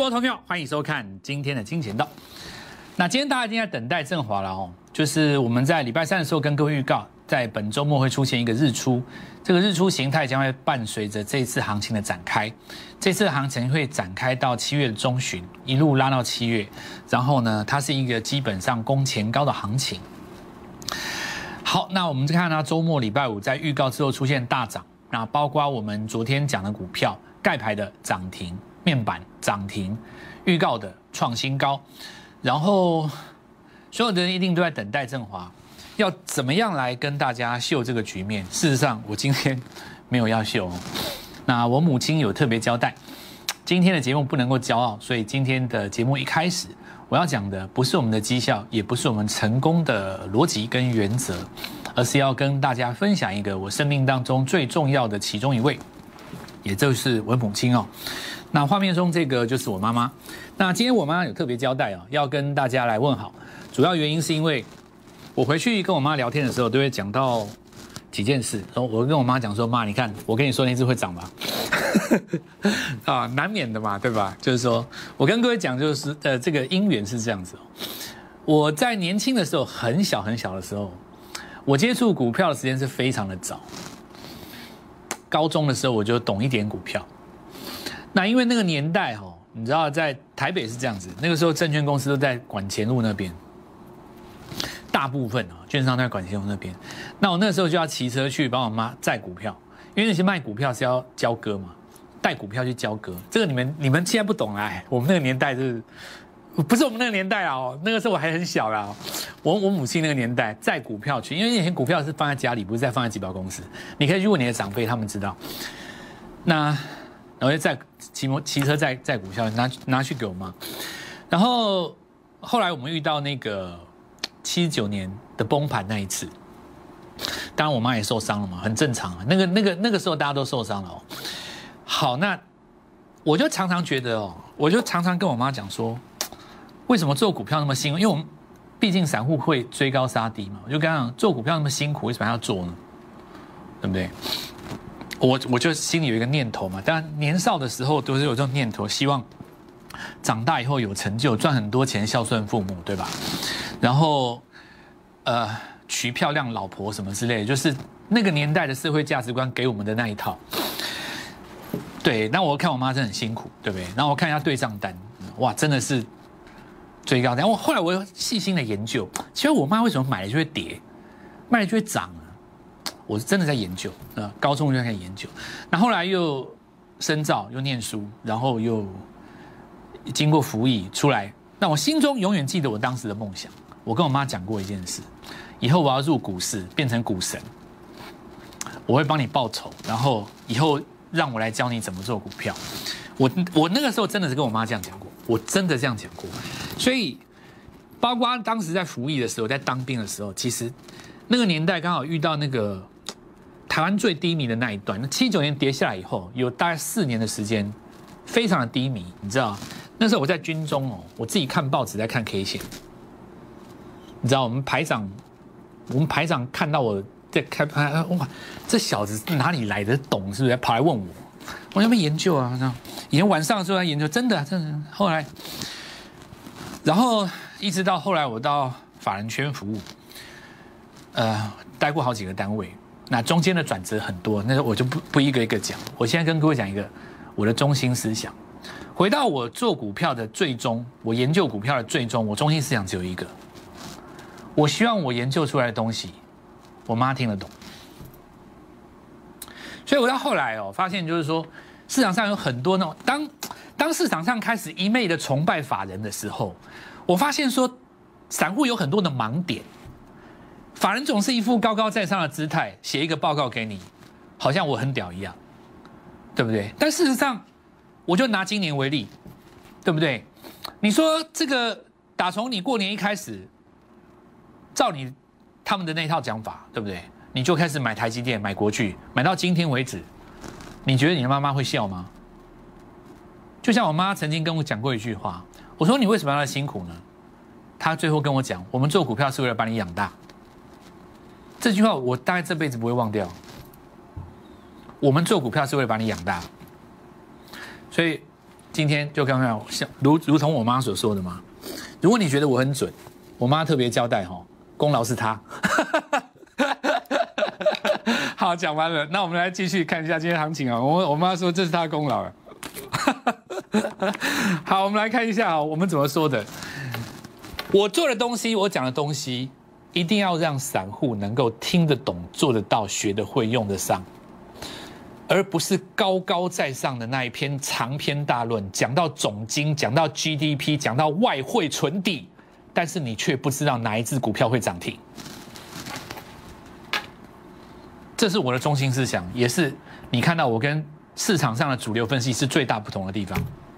Hello， 投票，欢迎收看今天的金钱道。那今天大家已经在等待振华了哦，就是我们在礼拜三的时候跟各位预告，在本周末会出现一个日出，这个日出形态将会伴随着这次行情的展开。这次的行情会展开到7月的中旬，一路拉到7月，然后呢，它是一个基本上攻前高的行情。好，那我们再看到周末礼拜五在预告之后出现大涨，那包括我们昨天讲的股票，盖牌的涨停。面板涨停，预告的创新高，然后所有的人一定都在等待振华要怎么样来跟大家秀这个局面。事实上，我今天没有要秀哦。那我母亲有特别交代，今天的节目不能够骄傲，所以今天的节目一开始我要讲的不是我们的绩效，也不是我们成功的逻辑跟原则，而是要跟大家分享一个我生命当中最重要的其中一位，也就是我母亲哦。那画面中这个就是我妈妈。那今天我妈妈有特别交代哦，要跟大家来问好。主要原因是因为我回去跟我妈聊天的时候，都会讲到几件事。我跟我妈讲说，妈，你看，我跟你说那只会涨吧？啊，难免的嘛，对吧？就是说我跟各位讲，就是这个因缘是这样子哦。我在年轻的时候，很小的时候，我接触股票的时间是非常的早。高中的时候我就懂一点股票。那因为那个年代哦，你知道在台北是这样子，那个时候证券公司都在管前路那边，大部分啊券商都在管前路那边。那我那时候就要骑车去帮我妈载股票，因为那些卖股票是要交割嘛，带股票去交割。这个你们现在不懂啦，我们那个年代是，不是我们那个年代啊哦，那个时候我还很小啦。我母亲那个年代载股票去，因为以前股票是放在家里，不是再放在集保公司。你可以去问你的长辈，他们知道。那然后就骑车载股票拿去给我妈，然后后来我们遇到那个79年的崩盘那一次，当然我妈也受伤了嘛，很正常啊。那个时候大家都受伤了哦。好，那我就常常觉得哦，我就常常跟我妈讲说，为什么做股票那么辛苦？因为我们毕竟散户会追高杀低嘛，我就跟她讲，做股票那么辛苦，为什么要做呢？对不对？我就心里有一个念头嘛，当然年少的时候都是有这种念头，希望长大以后有成就，赚很多钱，孝顺父母，对吧？然后娶漂亮老婆什么之类的，就是那个年代的社会价值观给我们的那一套。对，那我看我妈真的很辛苦，对不对？然后我看一下对账单，哇，真的是追高。然后后来我又细心的研究，其实我妈为什么买了就会跌，卖了就会涨。我是真的在研究，高中就开始研究，那后来又深造，又念书，然后又经过服役出来。那我心中永远记得我当时的梦想。我跟我妈讲过一件事，以后我要入股市，变成股神，我会帮你报仇，然后以后让我来教你怎么做股票。我那个时候真的是跟我妈这样讲过，我真的这样讲过。所以，包括当时在服役的时候，在当兵的时候，其实那个年代刚好遇到那个台湾最低迷的那一段，那79年跌下来以后，有大概4年的时间，非常的低迷，你知道？那时候我在军中哦，我自己看报纸在看 K 线，你知道我们排长看到我在看，哇，这小子哪里来的懂是不是？跑来问我，我要不要研究啊？这样，以前晚上的时候在研究，真的。后来，然后一直到后来我到法人圈服务，待过好几个单位。那中间的转折很多，那我就不一个一个讲。我现在跟各位讲一个我的中心思想。回到我做股票的最终，我研究股票的最终，我中心思想只有一个：我希望我研究出来的东西，我妈听得懂。所以我到后来哦，发现就是说，市场上有很多那种当市场上开始一昧的崇拜法人的时候，我发现说，散户有很多的盲点。法人总是一副高高在上的姿态，写一个报告给你，好像我很屌一样，对不对？但事实上，我就拿今年为例，对不对？你说这个打从你过年一开始，照他们的那套讲法，对不对？你就开始买台积电、买国巨，买到今天为止，你觉得你的妈妈会笑吗？就像我妈曾经跟我讲过一句话，我说你为什么要辛苦呢？她最后跟我讲，我们做股票是为了把你养大。这句话我大概这辈子不会忘掉。我们做股票是为了把你养大，所以今天就刚刚像如同我妈所说的嘛，如果你觉得我很准，我妈特别交代哈，功劳是她。好，讲完了，那我们来继续看一下今天行情啊。我妈说这是她的功劳了。好，我们来看一下我们怎么说的。我做的东西，我讲的东西，一定要让散户能够听得懂、做得到、学得会、用得上。而不是高高在上的那一篇长篇大论，讲到总经，讲到 GDP， 讲到外汇存底，但是你却不知道哪一只股票会涨停。这是我的中心思想，也是你看到我跟市场上的主流分析是最大不同的地方。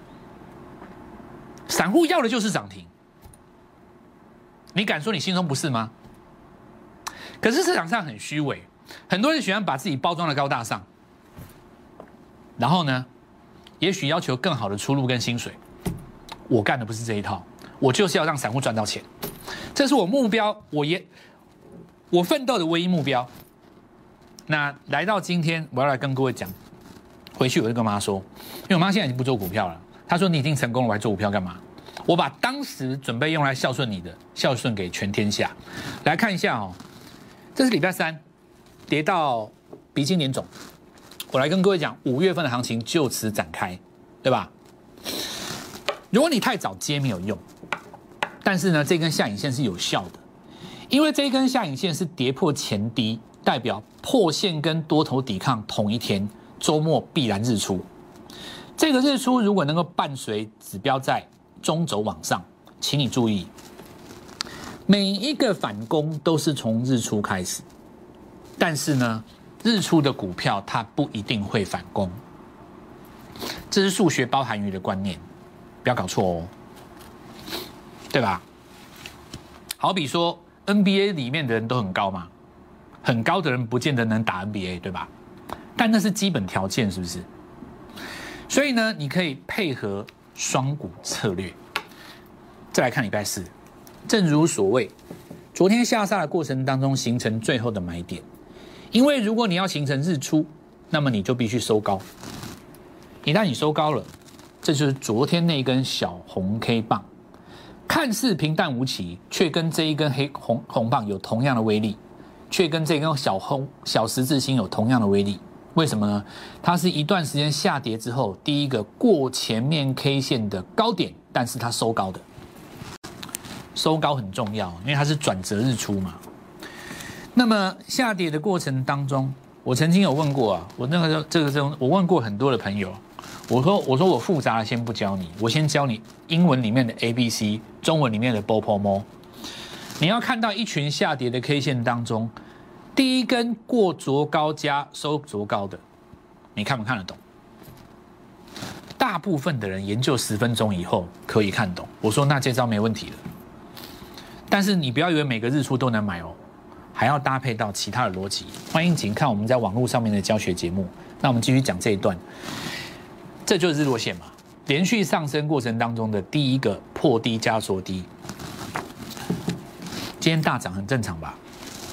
散户要的就是涨停，你敢说你心中不是吗？可是市场上很虚伪，很多人喜欢把自己包装的高大上。然后呢，也许要求更好的出路跟薪水，我干的不是这一套，我就是要让散户赚到钱，这是我目标，我奋斗的唯一目标。那来到今天，我要来跟各位讲，回去我就跟妈说，因为我妈现在已经不做股票了，她说你已经成功了，我还做股票干嘛？我把当时准备用来孝顺你的，孝顺给全天下。来看一下哦，这是礼拜三，跌到鼻青脸肿。我来跟各位讲，5月份的行情就此展开，对吧？如果你太早接没有用，但是呢，这根下影线是有效的，因为这根下影线是跌破前低，代表破线跟多头抵抗同一天，周末必然日出。这个日出如果能够伴随指标在中轴往上，请你注意，每一个反攻都是从日出开始，但是呢，日出的股票它不一定会反攻，这是数学包含语的观念，不要搞错哦，对吧？好比说 NBA 里面的人都很高嘛，很高的人不见得能打 NBA， 对吧？但那是基本条件，是不是？所以呢，你可以配合双股策略。再来看礼拜四，正如所谓，昨天下杀的过程当中形成最后的买点。因为如果你要形成日出，那么你就必须收高。一旦你收高了，这就是昨天那一根小红 K 棒，看似平淡无奇，却跟这一根红棒有同样的威力，却跟这根小十字星有同样的威力。为什么呢？它是一段时间下跌之后，第一个过前面 K 线的高点，但是它收高的，收高很重要，因为它是转折日出嘛。那么下跌的过程当中，我曾经有问过啊，我那个时候我问过很多的朋友，我说我复杂的先不教你，我先教你英文里面的 ABC， 中文里面的 BOPOMO。你要看到一群下跌的 K 线当中，第一根过昨高加收昨高的，你看不看得懂？大部分的人研究10分钟以后可以看懂。我说那这招没问题了，但是你不要以为每个日出都能买哦。还要搭配到其他的逻辑，欢迎请看我们在网络上面的教学节目。那我们继续讲这一段，这就是日落线嘛，连续上升过程当中的第一个破低加缩低。今天大涨很正常吧？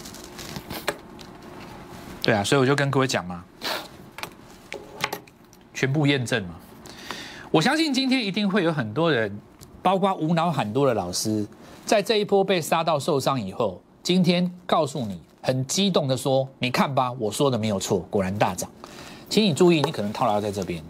对啊，所以我就跟各位讲嘛，全部验证嘛。我相信今天一定会有很多人，包括无脑很多的老师，在这一波被杀到受伤以后。今天告诉你，很激动的说：“你看吧，我说的没有错，果然大涨。”请你注意，你可能套牢在这边。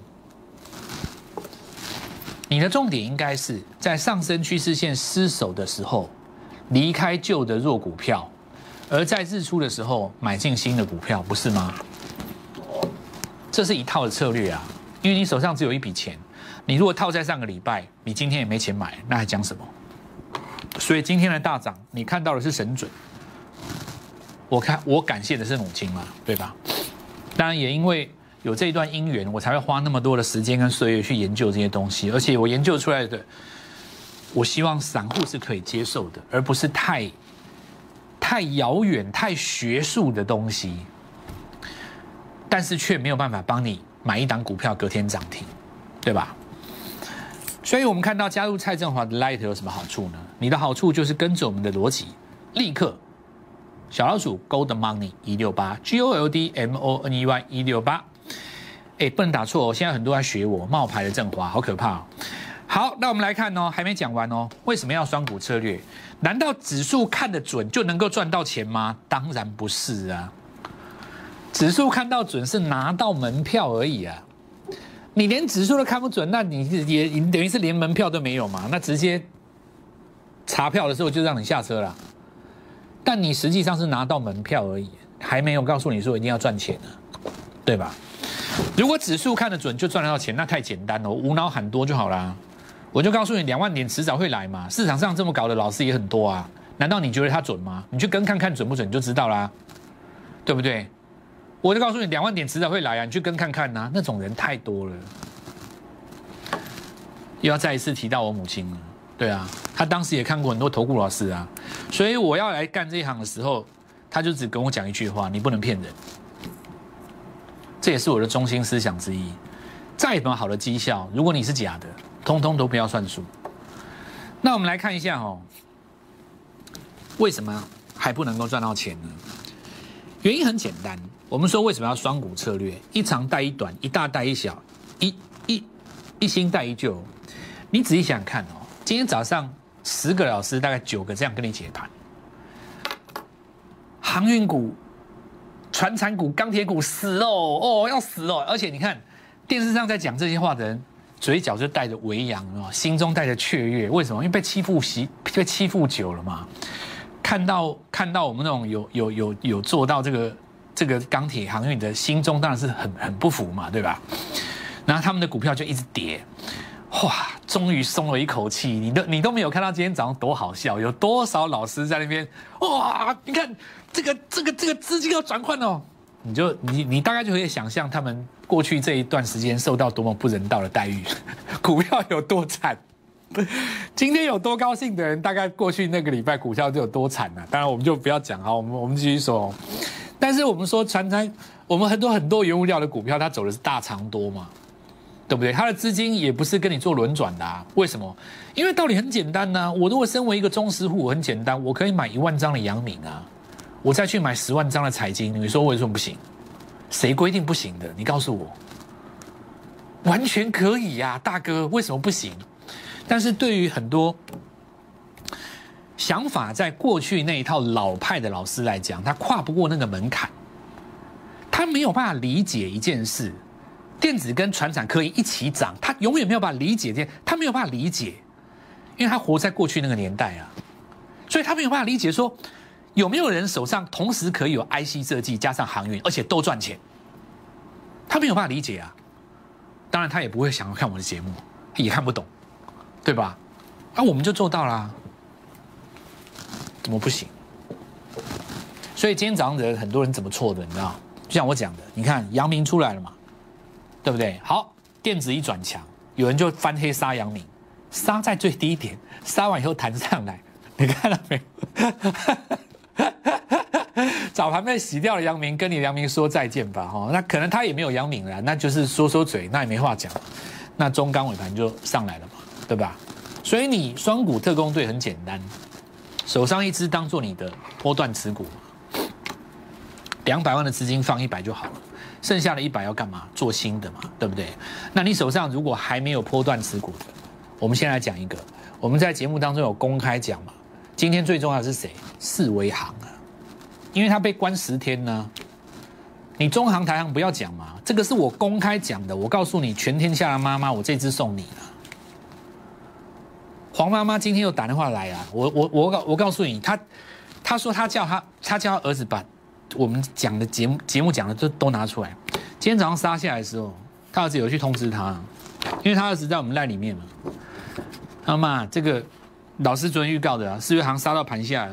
你的重点应该是在上升趋势线失守的时候，离开旧的弱股票，而在日出的时候买进新的股票，不是吗？这是一套的策略啊，因为你手上只有一笔钱，你如果套在上个礼拜，你今天也没钱买，那还讲什么？所以今天的大涨，你看到的是神准。我感谢的是母亲嘛，对吧？当然也因为有这一段因缘，我才会花那么多的时间跟岁月去研究这些东西，而且我研究出来的，我希望散户是可以接受的，而不是太遥远、太学术的东西，但是却没有办法帮你买一档股票隔天涨停，对吧？所以我们看到加入蔡正华的 Light 有什么好处呢？你的好处就是跟着我们的逻辑，立刻小老鼠 Gold Money 168 GOLD MONEY 168， 哎，不能打错哦，现在很多人在学我冒牌的振华，好可怕哦。好，那我们来看哦，还没讲完哦。为什么要双股策略？难道指数看得准就能够赚到钱吗？当然不是啊。指数看到准是拿到门票而已啊。你连指数都看不准，那你等于是连门票都没有嘛？那直接查票的时候就让你下车了。但你实际上是拿到门票而已，还没有告诉你说一定要赚钱呢，对吧？如果指数看得准就赚得到钱，那太简单了，无脑喊多就好啦。我就告诉你，2万点迟早会来嘛。市场上这么搞的老师也很多啊，难道你觉得他准吗？你去跟看看准不准你就知道啦，对不对？我就告诉你，2万点迟早会来啊，你去跟看看啊，那种人太多了。又要再一次提到我母亲了，对啊，她当时也看过很多投顾老师啊，所以我要来干这一行的时候，她就只跟我讲一句话：你不能骗人。这也是我的中心思想之一。再怎么好的绩效，如果你是假的，通通都不要算数。那我们来看一下哦，为什么还不能够赚到钱呢？原因很简单，我们说为什么要双股策略？一长带一短，一大带一小，一新带一旧。你仔细想想看哦，今天早上10个老师大概9个这样跟你解盘，航运股、传产股、钢铁股死哦，要死哦！而且你看电视上在讲这些话的人，嘴角就带着微扬哦，心中带着雀跃。为什么？因为被欺负久了嘛。看到我们那种有做到这个钢铁航运的，心中当然是很不服嘛，对吧？然后他们的股票就一直跌，哇，终于松了一口气。你都没有看到今天早上多好笑，有多少老师在那边哇？你看这个资金要转换哦，你大概就可以想象他们过去这一段时间受到多么不人道的待遇，股票有多惨。今天有多高兴的人，大概过去那个礼拜股票就有多惨啊。当然我们就不要讲，好，我们继续说。但是我们说传产，我们很多原物料的股票，它走的是大长多嘛，对不对？它的资金也不是跟你做轮转的啊。为什么？因为道理很简单啊。我如果身为一个中实户，我很简单，我可以买1万张的阳明啊，我再去买10万张的彩晶，你说为什么不行？谁规定不行的？你告诉我。完全可以呀，大哥，为什么不行？但是对于很多想法在过去那一套老派的老师来讲，他跨不过那个门槛，他没有办法理解一件事，电子跟传产可以一起涨，他永远没有办法理解他没有办法理解，因为他活在过去那个年代啊，所以他没有办法理解说有没有人手上同时可以有 IC 设计加上航运，而且都赚钱，他没有办法理解啊。当然他也不会想要看我的节目，也看不懂。对吧？啊，我们就做到啦，怎么不行？所以今天早上的很多人怎么错的，你知道？就像我讲的，你看阳明出来了嘛，对不对？好，电子一转强，有人就翻黑杀阳明，杀在最低点，杀完以后弹上来，你看到没有？早盘被洗掉了阳明，跟你阳明说再见吧，哈，那可能他也没有阳明了，那就是说嘴，那也没话讲。那中钢尾盘就上来了嘛。对吧？所以你双股特攻队很简单，手上一支当做你的波段持股，200万的资金放100就好了，剩下的100要干嘛？做新的嘛，对不对？那你手上如果还没有波段持股的，我们先来讲一个，我们在节目当中有公开讲嘛。今天最重要的是谁？世微航啊，因为他被关10天呢。你中航、台航不要讲嘛，这个是我公开讲的。我告诉你，全天下的妈妈，我这支送你了。黄妈妈今天又打电话来啊，我告诉你，她说她叫她儿子把我们讲的节目讲的都拿出来。今天早上杀下来的时候，她儿子有去通知他，因为他儿子在我们赖里面嘛。他说妈，这个老师昨天预告的啊，世微航杀到盘下了，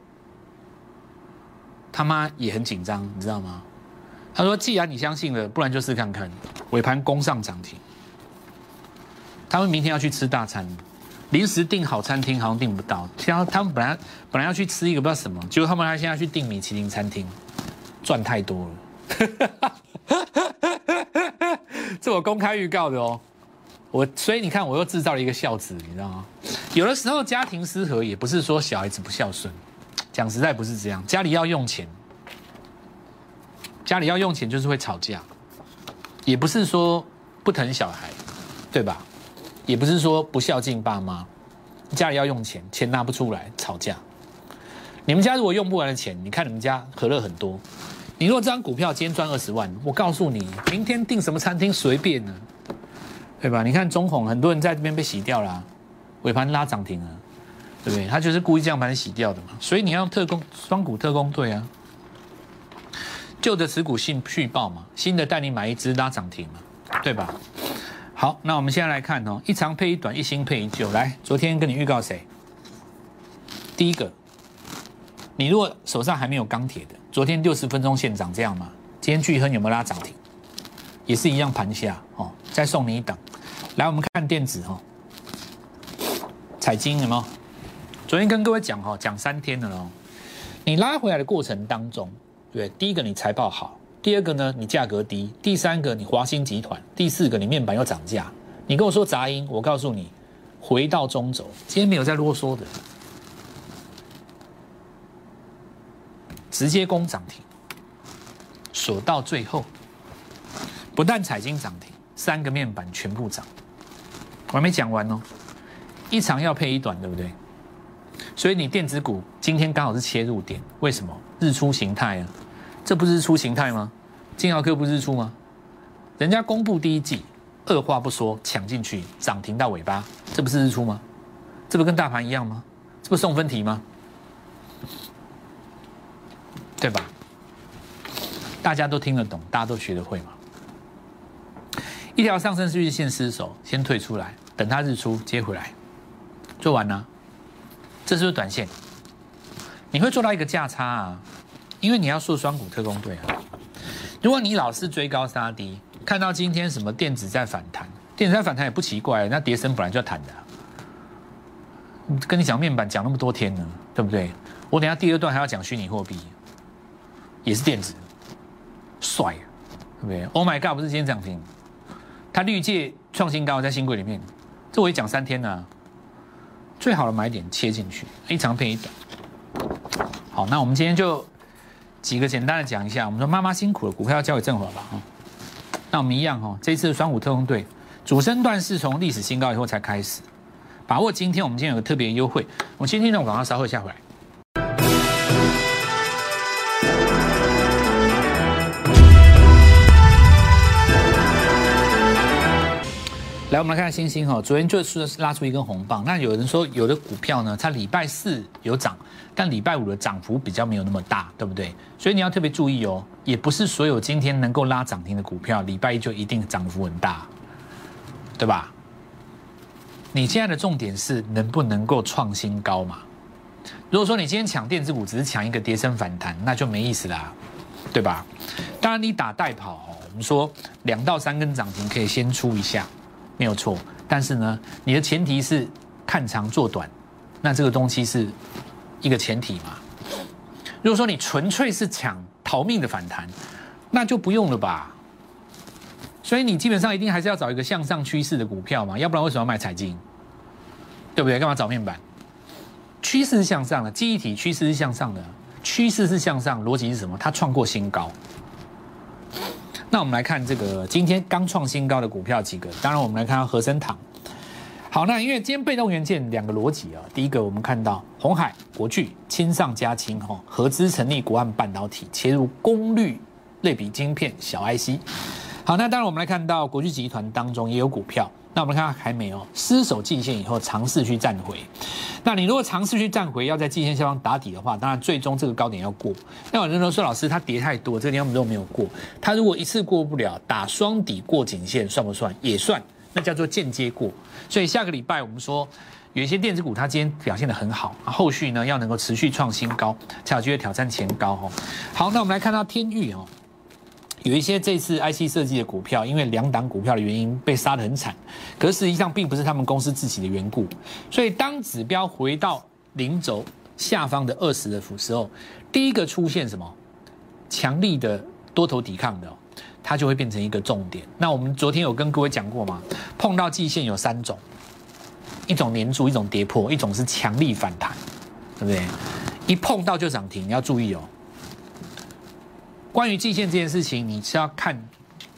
他妈也很紧张，你知道吗？他说既然你相信了，不然就试看看，尾盘攻上涨停。他们明天要去吃大餐。临时订好餐厅好像订不到，他们本来要去吃一个不知道什么，结果他们还现在去订米其林餐厅，赚太多了。这我公开预告的哦，所以你看我又制造了一个孝子，你知道吗？有的时候家庭失和也不是说小孩子不孝顺，讲实在不是这样，家里要用钱就是会吵架， 也不是说不疼小孩，对吧？也不是说不孝敬爸妈，家里要用钱，钱拿不出来吵架。你们家如果用不完的钱，你看你们家和乐很多。你如果这张股票今天赚20万，我告诉你，明天订什么餐厅随便呢，对吧？你看中红，很多人在这边被洗掉了、啊，尾盘拉涨停了，对不对？他就是故意这样把你洗掉的嘛。所以你要用特工双股特工队啊，旧的持股续报嘛，新的带你买一只拉涨停嘛，对吧？好，那我们现在来看哦，一长配一短，一新配一旧。来，昨天跟你预告谁？第一个，你如果手上还没有钢铁的，昨天60分钟线涨这样嘛？今天巨亨有没有拉涨停？也是一样盘下哦，再送你一档。来，我们看电子哦，彩晶有没有？昨天跟各位讲哦，讲3天了哦。你拉回来的过程当中，对，第一个你财报好，第二个呢你价格低，第三个你华兴集团，第四个你面板又涨价。你跟我说杂音，我告诉你，回到中轴，今天没有在啰嗦的。直接攻涨停，锁到最后，不但彩晶涨停，3个面板全部涨。我还没讲完哦，一长要配一短，对不对？所以你电子股今天刚好是切入点，为什么？日出形态啊，这不是日出形态吗？金豪科不是日出吗？人家公布第一季，二话不说抢进去，涨停到尾巴，这不是日出吗？这不跟大盘一样吗？这不送分题吗？对吧？大家都听得懂，大家都学得会嘛？一条上升趋势线失守，先退出来，等它日出接回来，做完了，这是不是短线？你会做到一个价差啊，因为你要做双股特工队啊。如果你老是追高杀低，看到今天什么电子在反弹，电子在反弹也不奇怪，那跌升本来就要弹的、啊。跟你讲面板讲那么多天呢，对不对？我等一下第2段还要讲虚拟货币。也是电子，帅，对不对 ？Oh my god， 不是今天涨停，它绿界创新高在新贵里面，这我也讲3天了、啊，最好的买点切进去，一长配一短。好，那我们今天就几个简单的讲一下，我们说妈妈辛苦了，股票要交给正华吧哈。那我们一样哈，这一次的双股特工队主升段是从历史新高以后才开始，把握今天我们今天有个特别优惠，我们先听这种广告，稍后下回来。来，我们来看星星哈，昨天就是拉出一根红棒。那有人说，有的股票呢，它礼拜4有涨，但礼拜5的涨幅比较没有那么大，对不对？所以你要特别注意哦，也不是所有今天能够拉涨停的股票，礼拜1就一定涨幅很大，对吧？你现在的重点是能不能够创新高嘛？如果说你今天抢电子股只是抢一个跌升反弹，那就没意思啦，对吧？当然你打代跑，我们说2到3根涨停可以先出一下。没有错，但是呢，你的前提是看长做短，那这个东西是一个前提嘛。如果说你纯粹是抢逃命的反弹，那就不用了吧。所以你基本上一定还是要找一个向上趋势的股票嘛，要不然为什么要买彩晶？对不对？干嘛找面板？趋势是向上的，记忆体趋势是向上的，趋势是向上，逻辑是什么？它创过新高。那我们来看这个今天刚创新高的股票几个，当然我们来看到和生堂。好，那因为今天被动元件2个逻辑啊，第一个我们看到鸿海、国巨轻上加轻哈，合资成立国安半导体，切入功率类比晶片小 IC。好，那当然我们来看到国巨集团当中也有股票。那我们看还没有失守季线以后，尝试去站回。那你如果尝试去站回，要在季线下方打底的话，当然最终这个高点要过。那有人说老师它跌太多，这个地方我们都没有过。它如果一次过不了，打双底过颈线算不算？也算，那叫做间接过。所以下个礼拜我们说有一些电子股它今天表现得很好，后续呢要能够持续创新高，才有机会挑战前高哈。好，那我们来看到天钰哦。有一些这次 IC 设计的股票，因为2档股票的原因被杀得很惨，可是实际上并不是他们公司自己的缘故。所以当指标回到0轴下方的20的时候，第一个出现什么强力的多头抵抗的、它就会变成一个重点。那我们昨天有跟各位讲过嘛，碰到季线有3种，一种黏住，一种跌破，一种是强力反弹，对不对？一碰到就涨停，你要注意哦。关于季线这件事情，你是要看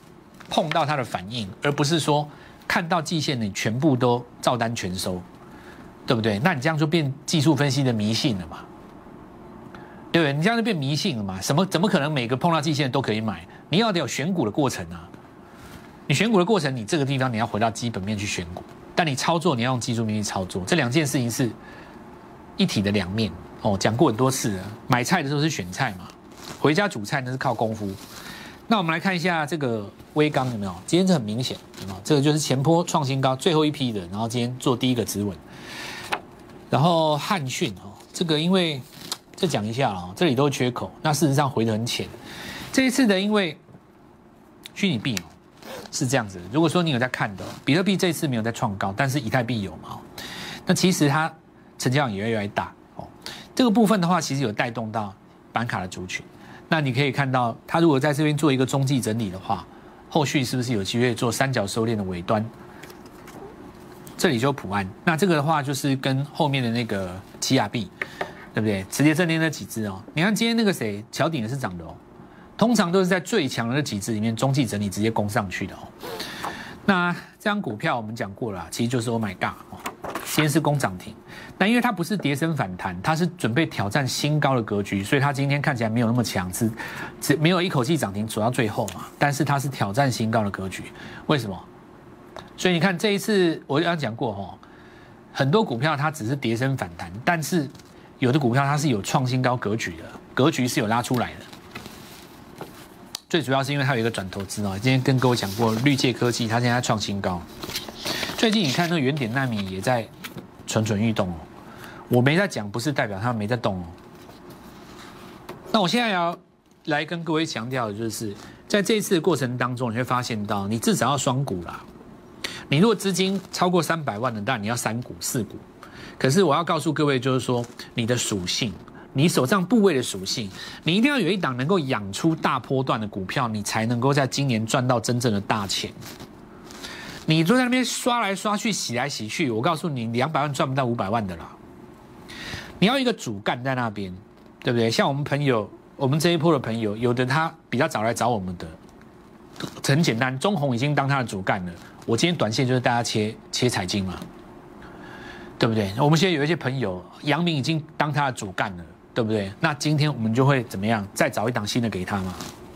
碰到它的反应，而不是说看到季线你全部都照单全收，对不对？那你这样就变技术分析的迷信了嘛，对不对？你这样就变迷信了嘛？怎么可能每个碰到季线都可以买？你要得有选股的过程啊！你选股的过程，你这个地方你要回到基本面去选股，但你操作你要用技术面去操作，这两件事情是一体的两面哦。讲过很多次了，买菜的时候是选菜嘛，回家煮菜那是靠功夫。那我们来看一下这个微钢有没有？今天这很明显，有没有？这个就是前波创新高最后一批的，然后今天做第一个止稳。然后汉讯哦，这个因为再讲一下哦，这里都是缺口，那事实上回得很浅。这一次的因为虚拟币哦是这样子的，如果说你有在看的，比特币这一次没有在创高，但是以太币有嘛？那其实它成交量也越来越大哦。这个部分的话，其实有带动到板卡的族群。那你可以看到，它如果在这边做一个中继整理的话，后续是不是有机会做三角收敛的尾端？这里就普安，那这个的话就是跟后面的那个奇亚币，对不对？磁碟阵列那几只哦，你看今天那个谁，桥顶也是涨的哦。通常都是在最强的那几只里面中继整理直接攻上去的哦。那这张股票我们讲过了，其实就是 Oh my God 哦，今天是攻涨停。那因为它不是跌升反弹，它是准备挑战新高的格局，所以它今天看起来没有那么强，只没有一口气涨停走到最后嘛。但是它是挑战新高的格局，为什么？所以你看这一次我刚刚讲过哦，很多股票它只是跌升反弹，但是有的股票它是有创新高格局的，格局是有拉出来的。最主要是因为它有一个转投资哦，今天跟各位讲过，绿界科技它现在创新高。最近你看那个原点奈米也在蠢蠢欲动哦，我没在讲，不是代表他们没在动哦。那我现在要来跟各位强调的就是，在这一次的过程当中，你会发现到，你至少要双股啦。你如果资金超过300万的，当然你要3股、4股。可是我要告诉各位，就是说你的属性。你手上部位的属性，你一定要有一档能够养出大波段的股票，你才能够在今年赚到真正的大钱。你就在那边刷来刷去、洗来洗去，我告诉你，200万赚不到500万的啦。你要一个主干在那边，对不对？像我们朋友，我们这一波的朋友，有的他比较早来找我们的，很简单，中红已经当他的主干了。我今天短线就是大家切彩金嘛，对不对？我们现在有一些朋友，阳明已经当他的主干了。对不对？那今天我们就会怎么样？再找一档新的给他嘛？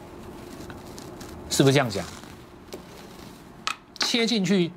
是不是这样讲？切进去，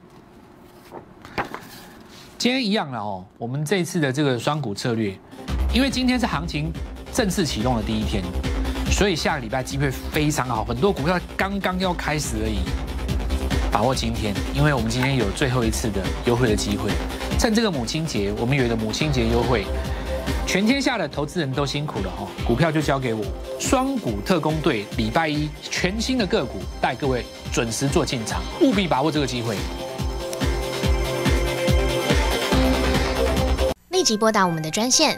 今天一样了哦。我们这一次的这个双股策略，因为今天是行情正式启动的第一天，所以下个礼拜机会非常好，很多股票刚刚要开始而已。把握今天，因为我们今天有最后一次的优惠的机会，趁这个母亲节，我们有一个母亲节优惠。全天下的投资人都辛苦了哈，股票就交给我，双股特工队礼拜一全新的个股带各位准时做进场，务必把握这个机会。 立即拨打我们的专线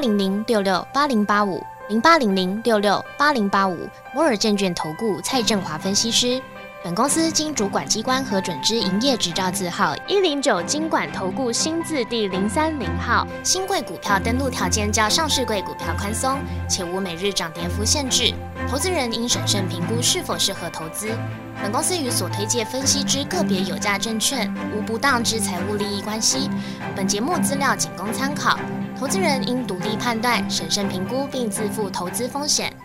08006680850800668085摩尔证券投顾蔡正华分析师。本公司经主管机关核准之营业执照字号109金管投顾新字第030号。新贵股票登录条件较上市贵股票宽松，且无每日涨跌幅限制。投资人应审慎评估是否适合投资。本公司与所推介分析之个别有价证券无不当之财务利益关系。本节目资料仅供参考，投资人应独立判断、审慎评估并自负投资风险。